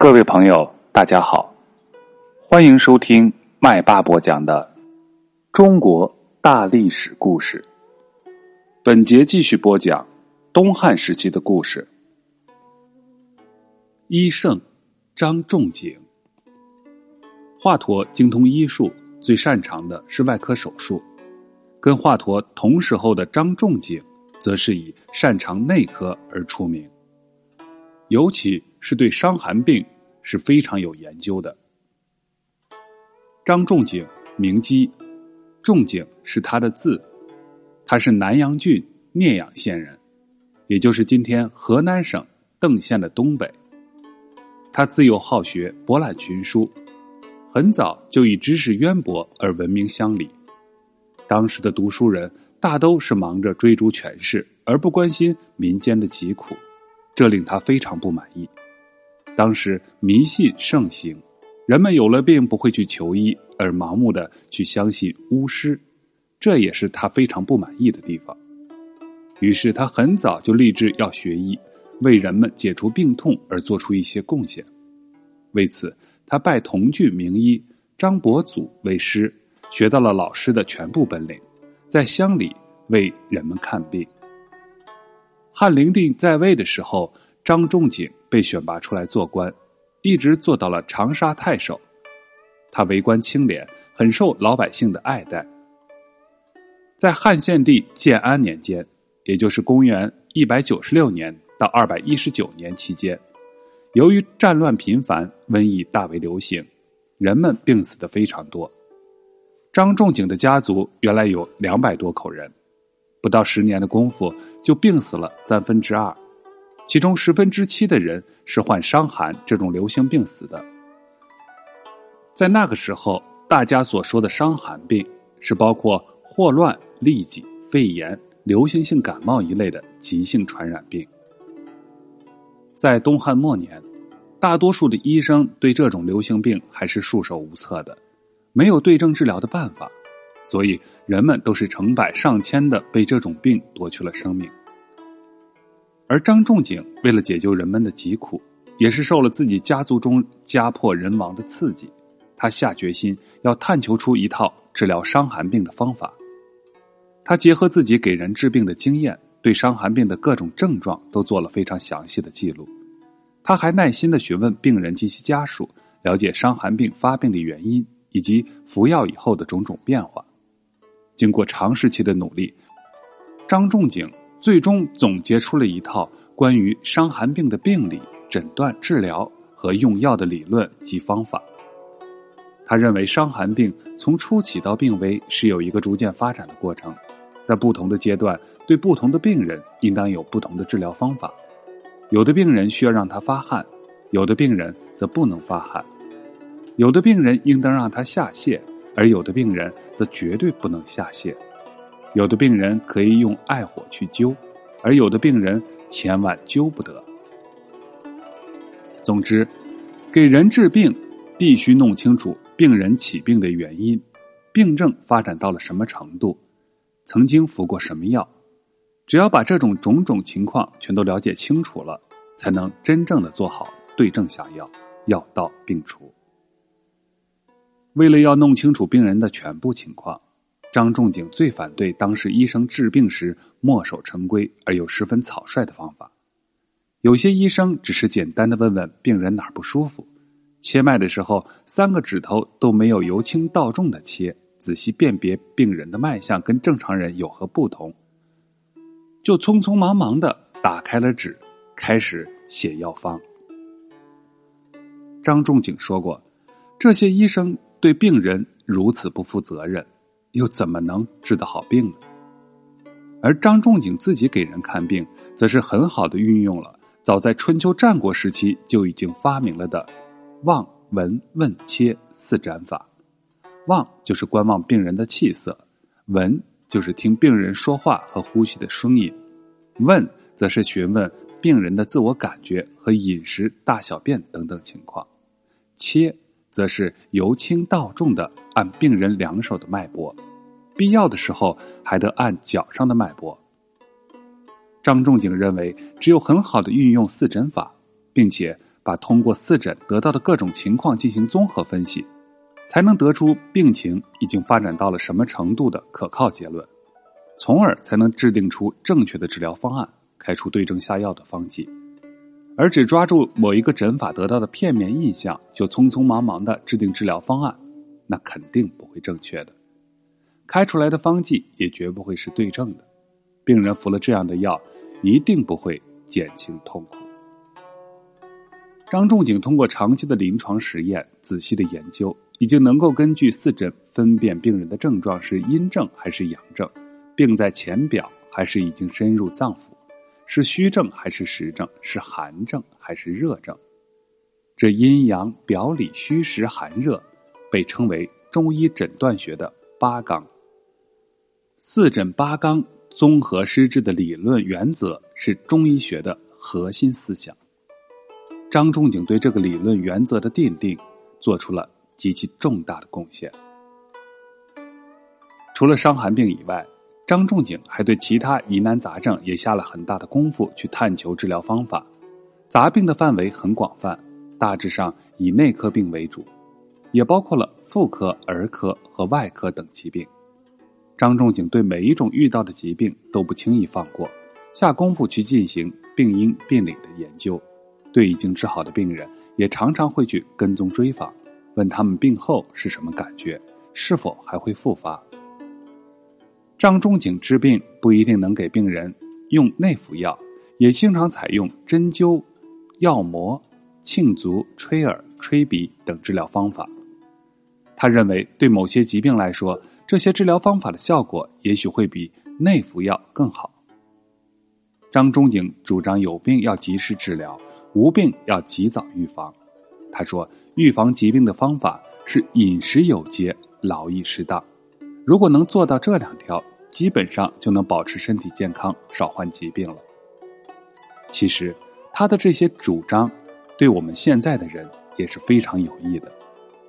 各位朋友，大家好，欢迎收听麦爸播讲的中国大历史故事。本节继续播讲东汉时期的故事。医圣张仲景，华佗精通医术，最擅长的是外科手术。跟华佗同时候的张仲景，则是以擅长内科而出名，尤其是对伤寒病是非常有研究的。张仲景名基，仲景是他的字，他是南阳郡聂阳县人，也就是今天河南省邓县的东北。他自幼好学，博览群书，很早就以知识渊博而闻名乡里。当时的读书人大都是忙着追逐权势，而不关心民间的疾苦，这令他非常不满意。当时迷信盛行，人们有了病不会去求医，而盲目的去相信巫师，这也是他非常不满意的地方。于是他很早就立志要学医，为人们解除病痛而做出一些贡献。为此，他拜同郡名医张伯祖为师，学到了老师的全部本领，在乡里为人们看病。汉灵帝在位的时候，张仲景被选拔出来做官，一直做到了长沙太守。他为官清廉，很受老百姓的爱戴。在汉献帝建安年间，也就是公元196年到219年期间，由于战乱频繁，瘟疫大为流行，人们病死的非常多。张仲景的家族原来有200多口人，不到10年的功夫就病死了2/3，其中7/10的人是患伤寒这种流行病死的。在那个时候，大家所说的伤寒病是包括霍乱、痢疾、肺炎、流行性感冒一类的急性传染病。在东汉末年，大多数的医生对这种流行病还是束手无策的，没有对症治疗的办法，所以人们都是成百上千的被这种病夺去了生命。而张仲景为了解救人们的疾苦，也是受了自己家族中家破人亡的刺激，他下决心要探求出一套治疗伤寒病的方法。他结合自己给人治病的经验，对伤寒病的各种症状都做了非常详细的记录。他还耐心地询问病人及其家属，了解伤寒病发病的原因以及服药以后的种种变化。经过长时期的努力，张仲景最终总结出了一套关于伤寒病的病理、诊断、治疗和用药的理论及方法。他认为伤寒病从初起到病危是有一个逐渐发展的过程，在不同的阶段，对不同的病人应当有不同的治疗方法。有的病人需要让他发汗，有的病人则不能发汗，有的病人应当让他下泻，而有的病人则绝对不能下泻。有的病人可以用艾火去灸，而有的病人千万灸不得。总之，给人治病必须弄清楚病人起病的原因，病症发展到了什么程度，曾经服过什么药。只要把这种种种情况全都了解清楚了，才能真正的做好对症下药，药到病除。为了要弄清楚病人的全部情况，张仲景最反对当时医生治病时墨守成规而又十分草率的方法。有些医生只是简单的问问病人哪儿不舒服，切脉的时候3个指头都没有由轻到重的切，仔细辨别病人的脉象跟正常人有何不同，就匆匆忙忙地打开了纸，开始写药方。张仲景说过，这些医生对病人如此不负责任，又怎么能治得好病呢？而张仲景自己给人看病，则是很好地运用了早在春秋战国时期就已经发明了的望、闻、问、切4诊法。望就是观望病人的气色，闻就是听病人说话和呼吸的声音，问则是询问病人的自我感觉和饮食、大小便等等情况，切则是由轻到重的按病人2手的脉搏，必要的时候还得按脚上的脉搏。张仲景认为，只有很好的运用4诊法，并且把通过四诊得到的各种情况进行综合分析，才能得出病情已经发展到了什么程度的可靠结论，从而才能制定出正确的治疗方案，开出对症下药的方剂。而只抓住某一个诊法得到的片面印象，就匆匆忙忙地制定治疗方案，那肯定不会正确的，开出来的方剂也绝不会是对症的，病人服了这样的药，一定不会减轻痛苦。张仲景通过长期的临床实验、仔细的研究，已经能够根据四诊分辨病人的症状是阴症还是阳症，病在浅表还是已经深入脏腑，是虚症还是实症，是寒症还是热症。这阴阳表里虚实寒热被称为中医诊断学的八纲。四诊八纲综合施治的理论原则是中医学的核心思想。张仲景对这个理论原则的奠定做出了极其重大的贡献。除了伤寒病以外，张仲景还对其他疑难杂症也下了很大的功夫去探求治疗方法。杂病的范围很广泛，大致上以内科病为主，也包括了妇科、儿科和外科等疾病。张仲景对每一种遇到的疾病都不轻易放过，下功夫去进行病因病理的研究。对已经治好的病人，也常常会去跟踪追访，问他们病后是什么感觉，是否还会复发。张仲景治病不一定能给病人用内服药，也经常采用针灸、药膜、罄足、吹耳、吹鼻等治疗方法。他认为对某些疾病来说，这些治疗方法的效果也许会比内服药更好。张仲景主张有病要及时治疗，无病要及早预防。他说，预防疾病的方法是饮食有节，劳逸适当。如果能做到这两条，基本上就能保持身体健康，少患疾病了。其实，他的这些主张对我们现在的人也是非常有益的。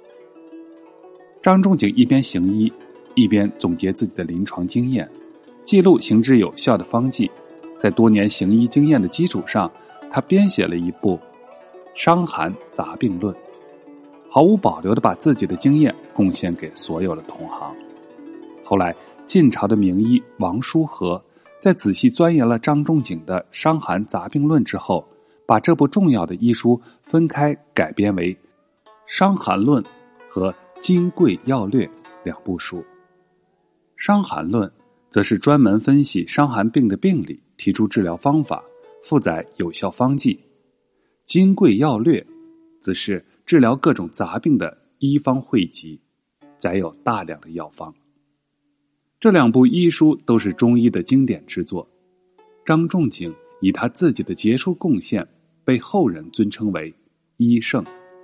张仲景一边行医，一边总结自己的临床经验，记录行之有效的方剂。在多年行医经验的基础上，他编写了一部《伤寒杂病论》，毫无保留地把自己的经验贡献给所有的同行。后来，晋朝的名医王叔和在仔细钻研了张仲景的《伤寒杂病论》之后，把这部重要的医书分开改编为《伤寒论》和《金匮要略》两部书。《伤寒论》则是专门分析伤寒病的病理，提出治疗方法，附载有效方剂；《金匮要略》则是治疗各种杂病的医方汇集，载有大量的药方。这两部医书都是中医的经典之作，张仲景以他自己的杰出贡献被后人尊称为医圣。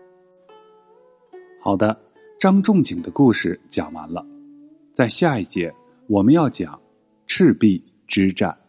好的，张仲景的故事讲完了，在下一节我们要讲赤壁之战。